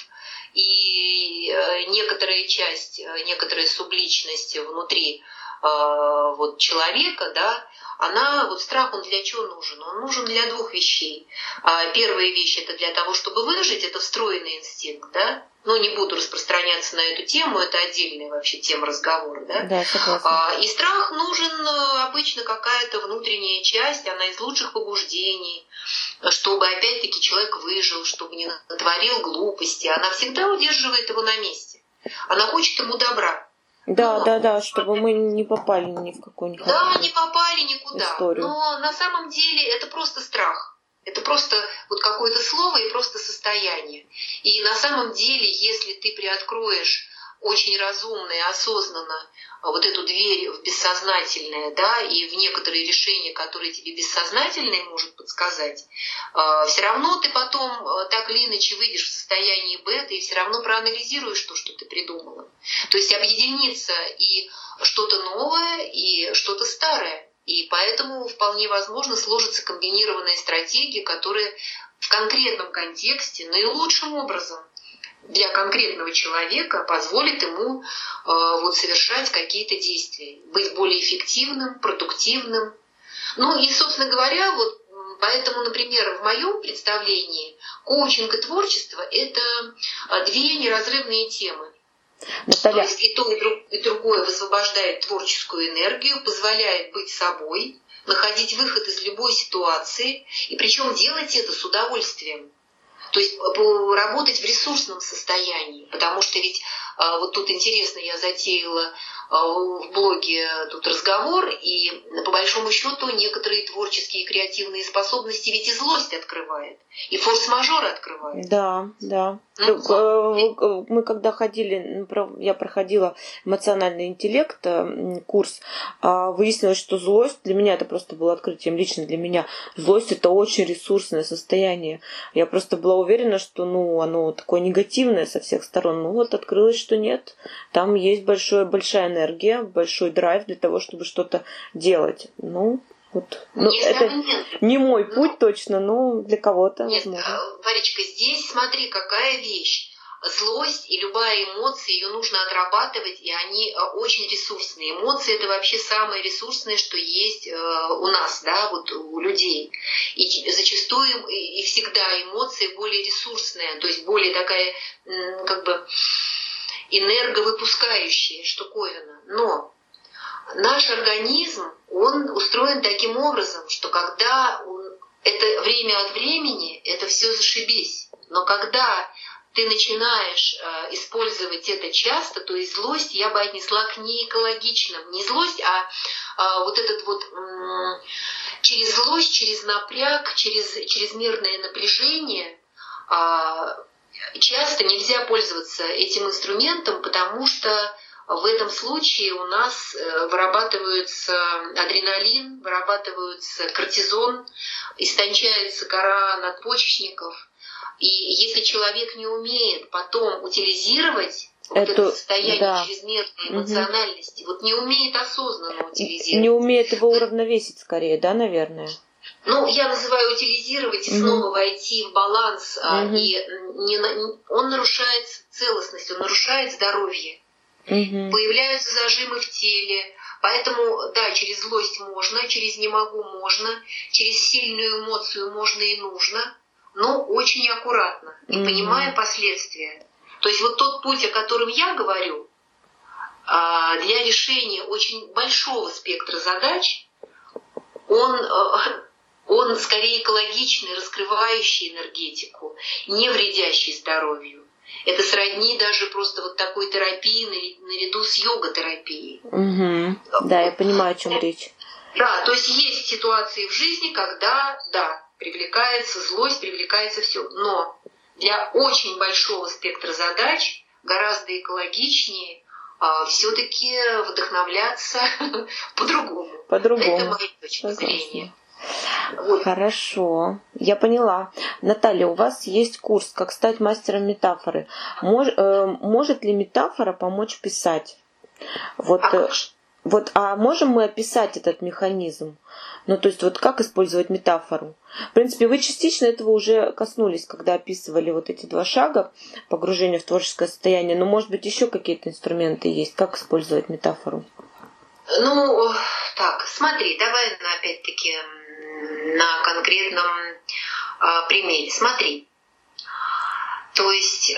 Speaker 3: и некоторая часть, некоторая субличность внутри вот человека, да, она, вот страх, он для чего нужен? Он нужен для двух вещей. Первая вещь — это для того, чтобы выжить, это встроенный инстинкт, да. Ну, не буду распространяться на эту тему, это отдельная вообще тема разговора, да.
Speaker 2: Да, согласна.
Speaker 3: И страх нужен обычно какая-то внутренняя часть, она из лучших побуждений, чтобы опять-таки человек выжил, чтобы не натворил глупости. Она всегда удерживает его на месте. Она хочет ему добра.
Speaker 2: Да, чтобы мы не попали ни в какую
Speaker 3: Да, не попали никуда.
Speaker 2: историю.
Speaker 3: Но на самом деле это просто страх. Это просто вот какое-то слово и просто состояние. И на самом деле, если ты приоткроешь очень разумно и осознанно вот эту дверь в бессознательное, да, и в некоторые решения, которые тебе бессознательное может подсказать, все равно ты потом так или иначе выйдешь в состояние бета и все равно проанализируешь то, что ты придумала. То есть объединится и что-то новое, и что-то старое. И поэтому вполне возможно сложится комбинированная стратегия, которая в конкретном контексте наилучшим образом для конкретного человека позволит ему вот совершать какие-то действия, быть более эффективным, продуктивным. Ну и, собственно говоря, вот поэтому, например, в моем представлении коучинг и творчество — это две неразрывные темы.
Speaker 2: Наталья.
Speaker 3: То есть и то, и другое высвобождает творческую энергию, позволяет быть собой, находить выход из любой ситуации, и причем делать это с удовольствием. То есть работать в ресурсном состоянии, потому что ведь вот тут интересно, я затеяла в блоге тут разговор, и по большому счету некоторые творческие и креативные способности ведь и злость открывает, и форс-мажор открывает.
Speaker 2: Да. Мы когда ходили, я проходила эмоциональный интеллект курс, выяснилось, что злость, для меня это просто было открытием, лично для меня, злость — это очень ресурсное состояние. Я просто была уверена, что оно такое негативное со всех сторон. Вот открылось, что нет. Там есть большая энергия, большой драйв для того, чтобы что-то делать. Это не мой путь точно, но для кого-то возможно.
Speaker 3: Варечка, здесь смотри, какая вещь. Злость и любая эмоция, ее нужно отрабатывать, и они очень ресурсные. Эмоции — это вообще самое ресурсное, что есть у нас, да, вот у людей. И зачастую и всегда эмоция более ресурсная, то есть более такая как бы энерговыпускающая штуковина. Но наш организм, он устроен таким образом, что когда это время от времени, это все зашибись. Но когда ты начинаешь использовать это часто, то есть злость я бы отнесла к неэкологичным. Не злость, а вот этот вот через злость, через напряг, через чрезмерное напряжение часто нельзя пользоваться этим инструментом, потому что в этом случае у нас вырабатывается адреналин, вырабатывается кортизон, истончается кора надпочечников. И если человек не умеет потом утилизировать это состояние чрезмерной эмоциональности, вот не умеет осознанно утилизировать.
Speaker 2: Не умеет его уравновесить скорее, да, наверное?
Speaker 3: Я называю утилизировать и снова войти в баланс, и он нарушает целостность, он нарушает здоровье. Появляются зажимы в теле. Поэтому, да, через злость можно, через не могу можно, через сильную эмоцию можно и нужно, но очень аккуратно и понимая последствия. То есть вот тот путь, о котором я говорю, для решения очень большого спектра задач, он скорее экологичный, раскрывающий энергетику, не вредящий здоровью. Это сродни даже просто вот такой терапии наряду с йога-терапией.
Speaker 2: Да, я понимаю, о чем речь.
Speaker 3: Да, то есть есть ситуации в жизни, когда, да, привлекается злость, привлекается все. Но для очень большого спектра задач гораздо экологичнее все-таки вдохновляться по-другому. Это моя точка зрения.
Speaker 2: Вот. Хорошо, я поняла. Наталья, у вас есть курс «Как стать мастером метафоры». Может ли метафора помочь писать? Вот, Вот, а можем мы описать этот механизм? Ну, то есть, вот как использовать метафору? В принципе, вы частично этого уже коснулись, когда описывали вот эти 2 шага погружения в творческое состояние. Но, может быть, еще какие-то инструменты есть, как использовать метафору?
Speaker 3: Ну, так, смотри, давай опять-таки на конкретном примере. Смотри. То есть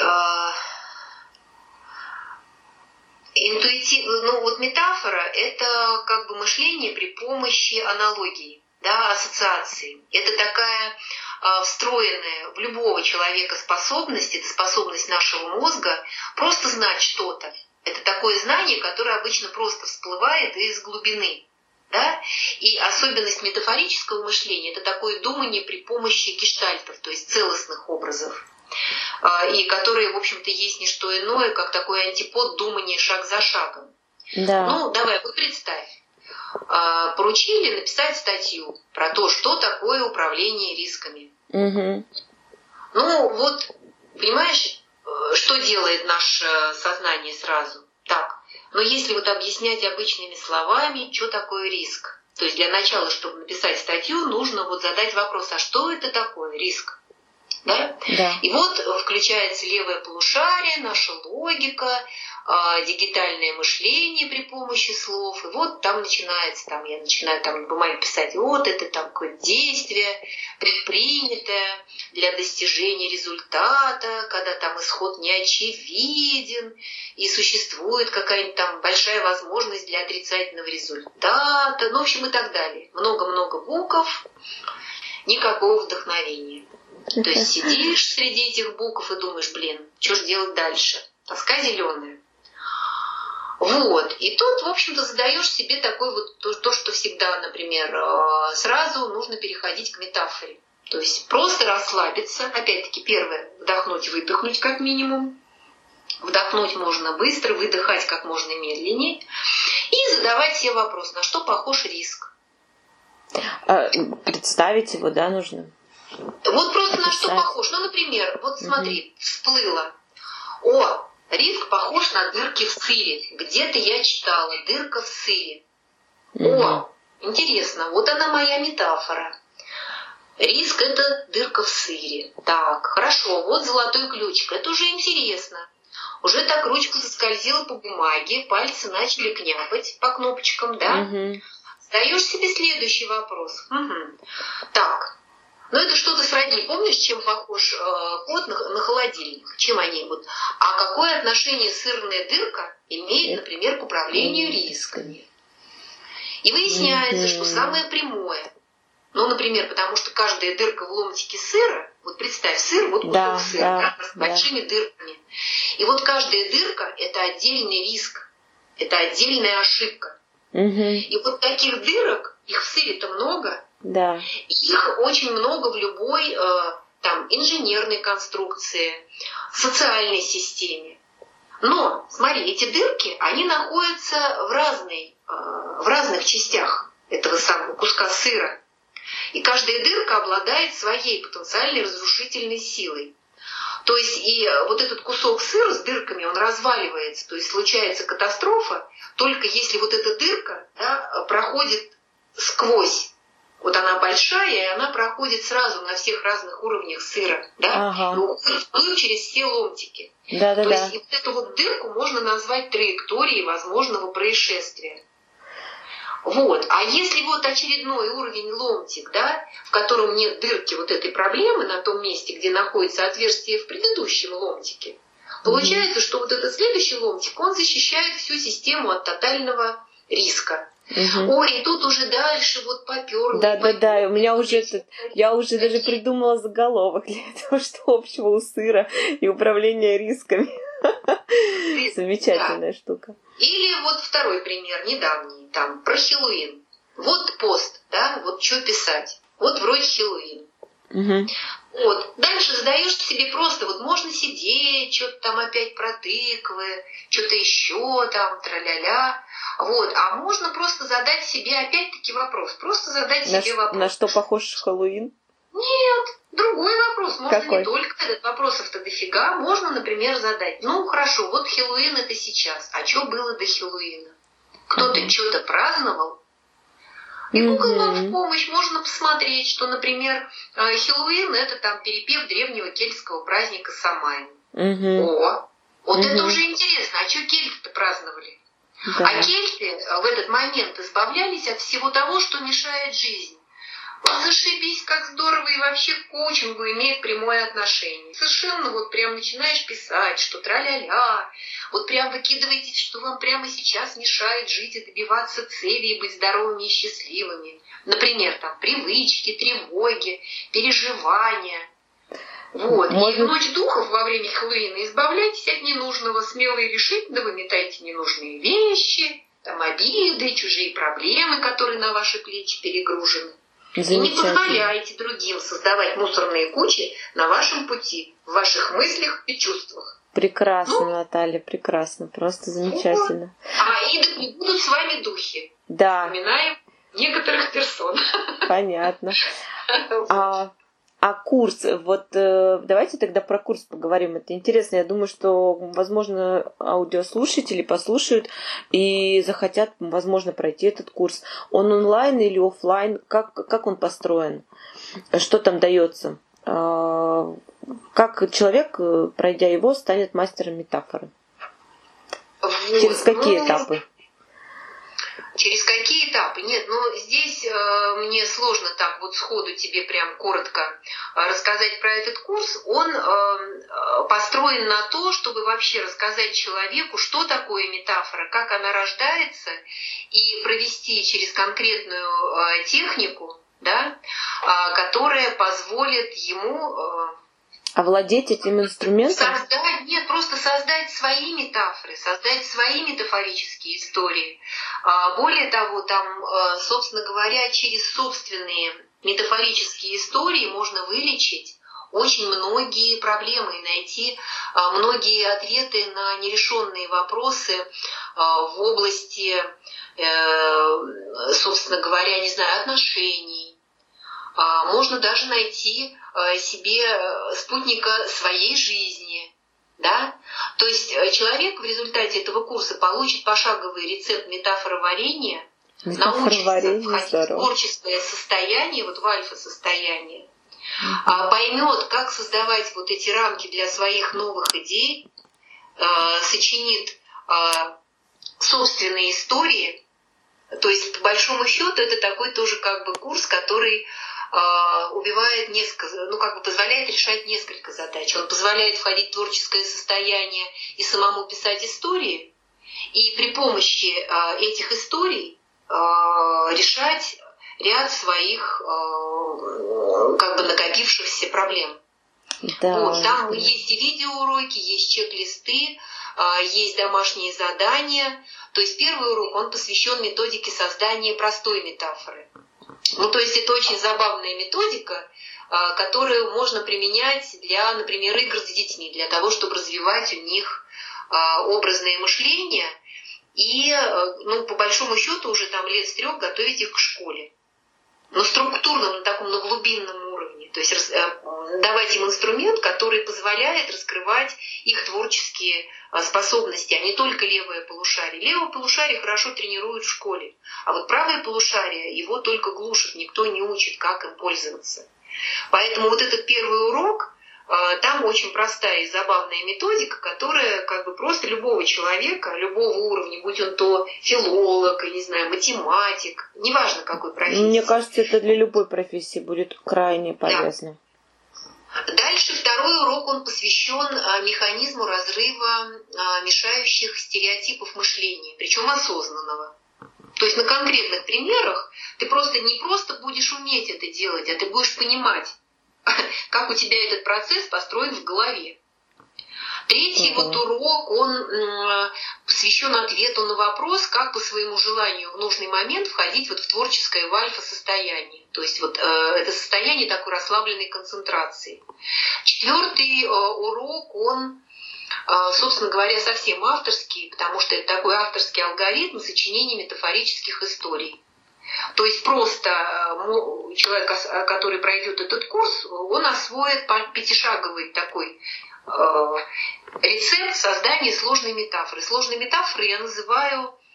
Speaker 3: вот метафора – это как бы мышление при помощи аналогии, да, ассоциации. Это такая встроенная в любого человека способность, это способность нашего мозга просто знать что-то. Это такое знание, которое обычно просто всплывает из глубины. Да? И особенность метафорического мышления – это такое думание при помощи гештальтов, то есть целостных образов. И которые, в общем-то, есть не что иное, как такой антипод думания шаг за шагом.
Speaker 2: Да.
Speaker 3: Ну, давай, вот представь. Поручили написать статью про то, что такое управление рисками.
Speaker 2: Угу.
Speaker 3: Ну, вот, понимаешь, что делает наше сознание сразу? Так, но если вот объяснять обычными словами, что такое риск? То есть для начала, чтобы написать статью, нужно вот задать вопрос, а что это такое риск? Да?
Speaker 2: Да.
Speaker 3: И вот включается левое полушарие, наша логика, дигитальное мышление при помощи слов. И вот там начинается, я начинаю на бумаге писать, вот это такое действие, предпринятое для достижения результата, когда там исход не очевиден, и существует какая-нибудь там большая возможность для отрицательного результата, ну, в общем, и так далее. Много-много букв, никакого вдохновения. То есть сидишь среди этих букв и думаешь, что же делать дальше? Тоска зеленая. Вот. И тут, в общем-то, задаешь себе такой вот то, что всегда, например, сразу нужно переходить к метафоре. То есть просто расслабиться. Опять-таки, первое, вдохнуть, выдохнуть как минимум. Вдохнуть можно быстро, выдыхать как можно медленнее. И задавать себе вопрос, на что похож риск.
Speaker 2: Представить его, да, нужно?
Speaker 3: Вот просто на что похож. Ну, например, вот смотри, всплыло. Риск похож на дырки в сыре. Где-то я читала, дырка в сыре. Интересно, вот она моя метафора. Риск – это дырка в сыре. Так, хорошо, вот золотой ключик. Это уже интересно. Уже так ручка заскользила по бумаге, пальцы начали княпать по кнопочкам, да? Задаешь себе следующий вопрос. Так. Но это что-то сродни. Помнишь, чем похож кот на холодильник? Чем они вот? А какое отношение сырная дырка имеет, например, к управлению рисками? И выясняется, что самое прямое. Ну, например, потому что каждая дырка в ломтике сыра, вот представь, сыр, вот кусок сыра, с большими дырками. И вот каждая дырка – это отдельный риск, это отдельная ошибка. И вот таких дырок, их в сыре-то много.
Speaker 2: Да.
Speaker 3: Их очень много в любой инженерной конструкции, социальной системе. Но, смотри, эти дырки, они находятся в разных частях этого самого куска сыра. И каждая дырка обладает своей потенциальной разрушительной силой. То есть и вот этот кусок сыра с дырками, он разваливается. То есть случается катастрофа, только если вот эта дырка проходит сквозь. Вот она большая, и она проходит сразу на всех разных уровнях сыра, и уходит через все ломтики. То есть и вот эту вот дырку можно назвать траекторией возможного происшествия. Вот. А если вот очередной уровень ломтик, в котором нет дырки вот этой проблемы на том месте, где находится отверстие в предыдущем ломтике, получается, что вот этот следующий ломтик, он защищает всю систему от тотального риска. И тут уже дальше вот попёрло.
Speaker 2: Да, у меня уже я уже даже придумала заголовок для этого, что общего у сыра и управления рисками. Замечательная штука.
Speaker 3: Или вот второй пример, недавний, про Хэллоуин. Вот пост, вот что писать. Вот вроде Хэллоуин. Вот. Дальше задаешь себе просто, вот можно сидеть, что-то там опять про тыквы, что-то еще там, тра-ля-ля. Вот. А можно просто задать себе опять-таки вопрос. Просто задать себе вопрос.
Speaker 2: На что похож Хэллоуин?
Speaker 3: Нет, другой вопрос. Можно
Speaker 2: Какой?
Speaker 3: Не только этот, вопросов-то дофига. Можно, например, задать. Ну, хорошо, вот Хэллоуин это сейчас. А что было до Хэллоуина? кто-то что-то праздновал. И Google вам в помощь. Можно посмотреть, что, например, Хэллоуин — это там перепев древнего кельтского праздника Самайн. О, вот это уже интересно. А что кельты-то праздновали? Да. А кельты в этот момент избавлялись от всего того, что мешает жизни. Зашибись, как здорово, и вообще к коучингу имеет прямое отношение. Совершенно вот прям начинаешь писать, что тра-ля-ля, вот прям выкидываете, что вам прямо сейчас мешает жить и добиваться цели, и быть здоровыми и счастливыми. Например, там привычки, тревоги, переживания. Вот. И в ночь духов во время Хэллоуина избавляйтесь от ненужного, смело и решительно выметайте ненужные вещи, там обиды, чужие проблемы, которые на ваши плечи перегружены. И не позволяйте другим создавать мусорные кучи на вашем пути, в ваших мыслях и чувствах.
Speaker 2: Прекрасно, Наталья, прекрасно, просто замечательно.
Speaker 3: И да пребудут с вами духи.
Speaker 2: Да.
Speaker 3: Вспоминаем некоторых персон.
Speaker 2: Понятно. А курс, вот давайте тогда про курс поговорим. Это интересно. Я думаю, что, возможно, аудиослушатели послушают и захотят, возможно, пройти этот курс. Он онлайн или офлайн? Как он построен? Что там дается? Как человек, пройдя его, станет мастером метафоры? Через какие этапы?
Speaker 3: Через какие этапы? Нет, здесь мне сложно так вот сходу тебе прям коротко рассказать про этот курс. Он построен на то, чтобы вообще рассказать человеку, что такое метафора, как она рождается, и провести через конкретную технику, да, которая позволит ему
Speaker 2: овладеть этим инструментом?
Speaker 3: Просто создать свои метафоры, создать свои метафорические истории. Более того, там, собственно говоря, через собственные метафорические истории можно вылечить очень многие проблемы и найти многие ответы на нерешенные вопросы в области, собственно говоря, отношений. Можно даже найти себе спутника своей жизни. Да? То есть человек в результате этого курса получит пошаговый рецепт метафороварения, научится входить в творческое состояние, вот в альфа-состояние, поймет, как создавать вот эти рамки для своих новых идей, сочинит собственные истории. То есть, по большому счету, это такой тоже как бы курс, который убивает позволяет решать несколько задач. Он позволяет входить в творческое состояние и самому писать истории, и при помощи этих историй решать ряд своих накопившихся проблем.
Speaker 2: Да.
Speaker 3: Вот, там есть и видеоуроки, есть чек-листы, есть домашние задания. То есть первый урок, он посвящен методике создания простой метафоры. То есть это очень забавная методика, которую можно применять для, например, игр с детьми, для того, чтобы развивать у них образное мышление и, по большому счету, уже там лет с 3 готовить их к школе. Но структурно, на глубинном уровне. То есть давать им инструмент, который позволяет раскрывать их творческие способности, а не только левое полушарие. Левое полушарие хорошо тренируют в школе, а вот правое полушарие его только глушит, никто не учит, как им пользоваться. Поэтому вот этот первый урок, там очень простая и забавная методика, которая просто любого человека, любого уровня, будь он то филолог, математик, неважно какой профессии.
Speaker 2: Мне кажется, это для любой профессии будет крайне полезно.
Speaker 3: Да. Дальше второй урок, он посвящен механизму разрыва мешающих стереотипов мышления, причем осознанного. То есть на конкретных примерах ты не просто будешь уметь это делать, а ты будешь понимать, как у тебя этот процесс построен в голове. Третий урок, он посвящен ответу на вопрос, как по своему желанию в нужный момент входить в творческое состояние. То есть это состояние такой расслабленной концентрации. Четвертый урок, он, собственно говоря, совсем авторский, потому что это такой авторский алгоритм сочинения метафорических историй. То есть просто человек, который пройдет этот курс, он освоит пятишаговый такой рецепт создания сложной метафоры. Сложной метафорой я называю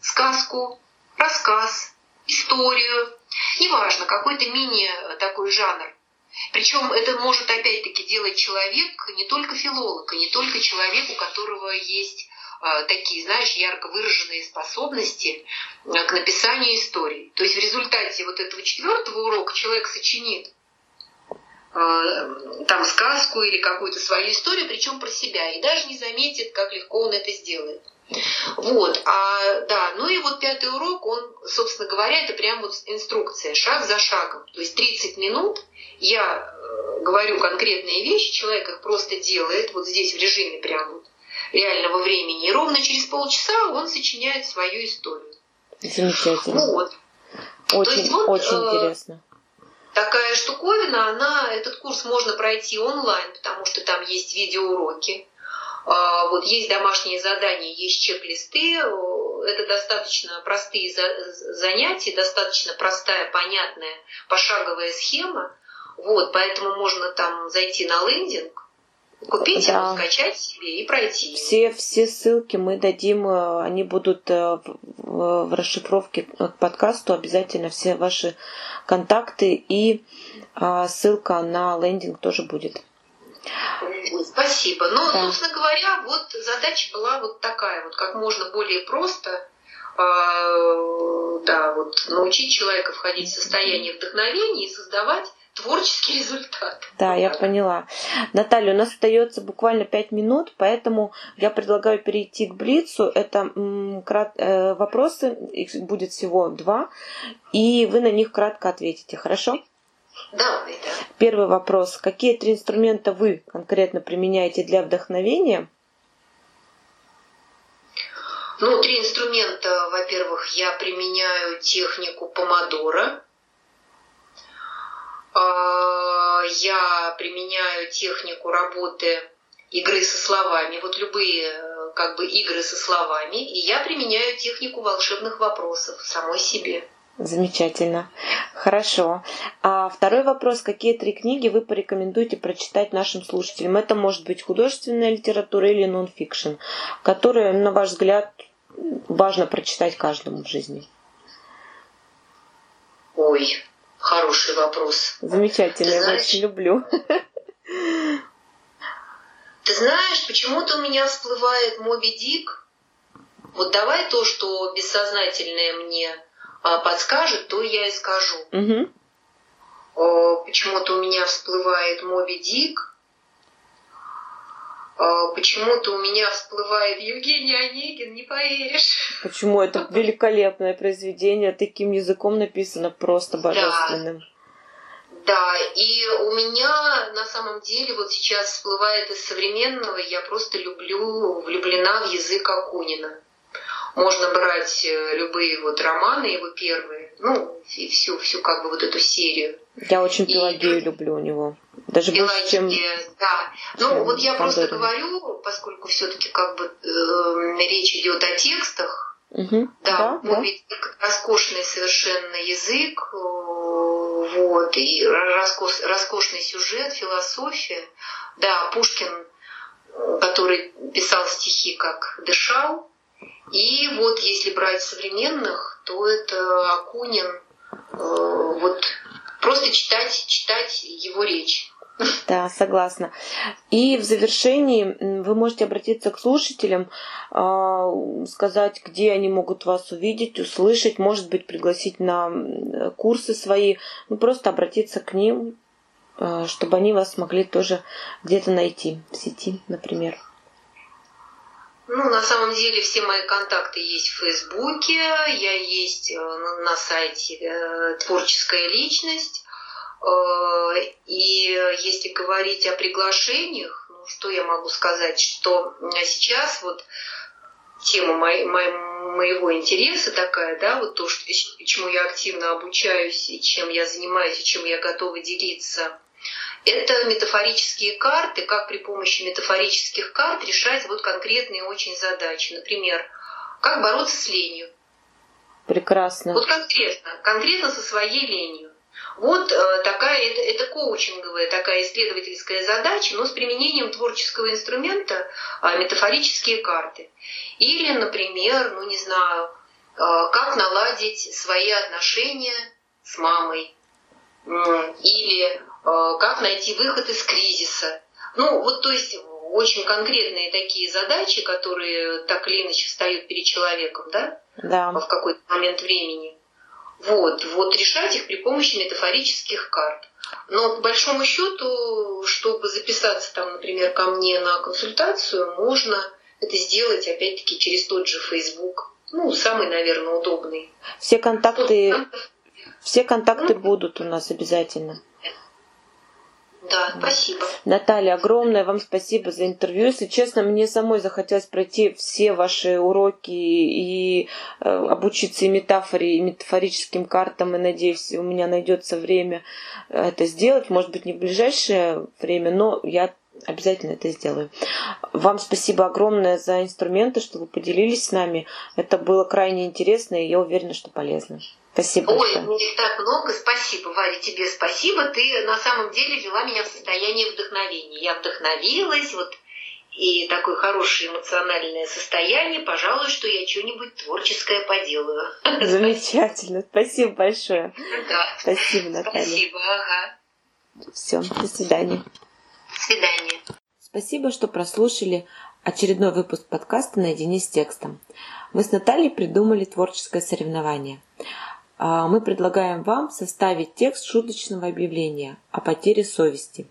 Speaker 3: сказку, рассказ, историю, неважно, какой-то мини такой жанр. Причем это может опять-таки делать человек, не только филолог, и не только человек, у которого есть такие, знаешь, ярко выраженные способности к написанию историй. То есть в результате вот этого 4-го урока человек сочинит там сказку или какую-то свою историю, причем про себя, и даже не заметит, как легко он это сделает. Вот, ну и вот 5-й урок, он, собственно говоря, это прям вот инструкция, шаг за шагом. То есть 30 минут я говорю конкретные вещи, человек их просто делает, вот здесь в режиме прям вот реального времени, и ровно через полчаса он сочиняет свою историю.
Speaker 2: Замечательно.
Speaker 3: Вот.
Speaker 2: Очень интересно.
Speaker 3: Такая штуковина, этот курс можно пройти онлайн, потому что там есть видеоуроки. Вот есть домашние задания, есть чек-листы. Это достаточно простые занятия, достаточно простая, понятная, пошаговая схема. Вот, поэтому можно там зайти на лендинг, купить его, скачать себе и пройти.
Speaker 2: Все ссылки мы дадим, они будут в расшифровке к подкасту, обязательно все ваши контакты, и ссылка на лендинг тоже будет.
Speaker 3: Спасибо. Но, собственно говоря, вот задача была вот такая, вот как можно более просто научить человека входить в состояние вдохновения и создавать творческий результат.
Speaker 2: Да, я поняла. Наталья, у нас остается буквально 5 минут, поэтому я предлагаю перейти к блицу. Это вопросы, их будет всего 2, и вы на них кратко ответите, хорошо?
Speaker 3: Да.
Speaker 2: Первый вопрос. Какие 3 инструмента вы конкретно применяете для вдохновения?
Speaker 3: 3 инструмента. Во-первых, я применяю технику помодоро. Я применяю технику работы игры со словами, вот любые игры со словами, и я применяю технику волшебных вопросов самой себе.
Speaker 2: Замечательно. Хорошо. А второй вопрос. Какие 3 книги вы порекомендуете прочитать нашим слушателям? Это может быть художественная литература или нон-фикшн, которые, на ваш взгляд, важно прочитать каждому в жизни?
Speaker 3: Ой, хороший вопрос.
Speaker 2: Замечательно, я очень люблю.
Speaker 3: Ты знаешь, почему-то у меня всплывает Моби Дик. Вот давай то, что бессознательное мне подскажет, то я и скажу.
Speaker 2: Угу.
Speaker 3: Почему-то у меня всплывает Моби Дик. Почему-то у меня всплывает Евгений Онегин, не поверишь.
Speaker 2: Почему? Это великолепное произведение, таким языком написано, просто божественным.
Speaker 3: Да, и у меня на самом деле вот сейчас всплывает из современного, я просто влюблена в язык Акунина. Можно брать любые вот романы его первые, и всю вот эту серию.
Speaker 2: Я очень Пелагею люблю у него. Даже больше, чем...
Speaker 3: Да. Вот я просто говорю, поскольку все-таки речь идет о текстах.
Speaker 2: Угу.
Speaker 3: Да. Роскошный совершенно язык, вот, и роскошный сюжет, философия. Да, Пушкин, который писал стихи, как дышал. И вот если брать современных, то это Акунин, вот просто читать его речь.
Speaker 2: Да, согласна. И в завершении вы можете обратиться к слушателям, сказать, где они могут вас увидеть, услышать, может быть, пригласить на курсы свои, просто обратиться к ним, чтобы они вас могли тоже где-то найти в сети, например.
Speaker 3: На самом деле все мои контакты есть в Фейсбуке, я есть на сайте «Творческая личность». И если говорить о приглашениях, что я могу сказать, что сейчас вот тема моего интереса такая, да, вот то, чему я активно обучаюсь, и чем я занимаюсь, и чем я готова делиться, это метафорические карты, как при помощи метафорических карт решать вот конкретные очень задачи. Например, как бороться с ленью.
Speaker 2: Прекрасно.
Speaker 3: Вот конкретно со своей ленью. Вот такая, это коучинговая, такая исследовательская задача, но с применением творческого инструмента метафорические карты. Или, например, как наладить свои отношения с мамой, или как найти выход из кризиса. Ну, вот, то есть, очень конкретные такие задачи, которые так или иначе встают перед человеком, да, в какой-то момент времени. Вот решать их при помощи метафорических карт. Но по большому счету, чтобы записаться там, например, ко мне на консультацию, можно это сделать опять-таки через тот же Facebook. Ну, самый, наверное, удобный.
Speaker 2: Все контакты будут у нас обязательно.
Speaker 3: Да, спасибо.
Speaker 2: Наталья, огромное вам спасибо за интервью. Если честно, мне самой захотелось пройти все ваши уроки и обучиться и метафоре, и метафорическим картам, и надеюсь, у меня найдется время это сделать. Может быть, не в ближайшее время, но я обязательно это сделаю. Вам спасибо огромное за инструменты, что вы поделились с нами. Это было крайне интересно, и я уверена, что полезно. Спасибо.
Speaker 3: Ой, мне так много. Спасибо, Варя, тебе спасибо. Ты на самом деле ввела меня в состояние вдохновения. Я вдохновилась, и такое хорошее эмоциональное состояние. Пожалуй, что я что-нибудь творческое поделаю.
Speaker 2: Замечательно. Спасибо большое.
Speaker 3: Да.
Speaker 2: Спасибо, Наталья.
Speaker 3: Спасибо, ага.
Speaker 2: Все, до свидания.
Speaker 3: До свидания.
Speaker 2: Спасибо, что прослушали очередной выпуск подкаста «Наедине с текстом». Мы с Натальей придумали творческое соревнование. Мы предлагаем вам составить текст шуточного объявления о потере совести.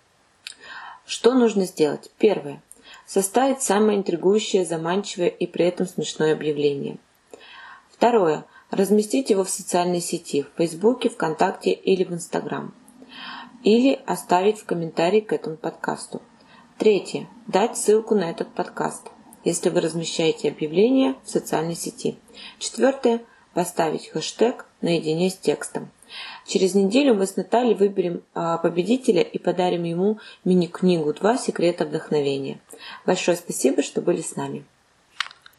Speaker 2: Что нужно сделать? Первое. Составить самое интригующее, заманчивое и при этом смешное объявление. Второе. Разместить его в социальной сети, в Фейсбуке, ВКонтакте или в Инстаграм. Или оставить в комментарии к этому подкасту. Третье. Дать ссылку на этот подкаст, если вы размещаете объявление в социальной сети. Четвертое. Поставить хэштег «Наедине с текстом». Через неделю мы с Натальей выберем победителя и подарим ему мини-книгу «2 секрета вдохновения». Большое спасибо, что были с нами.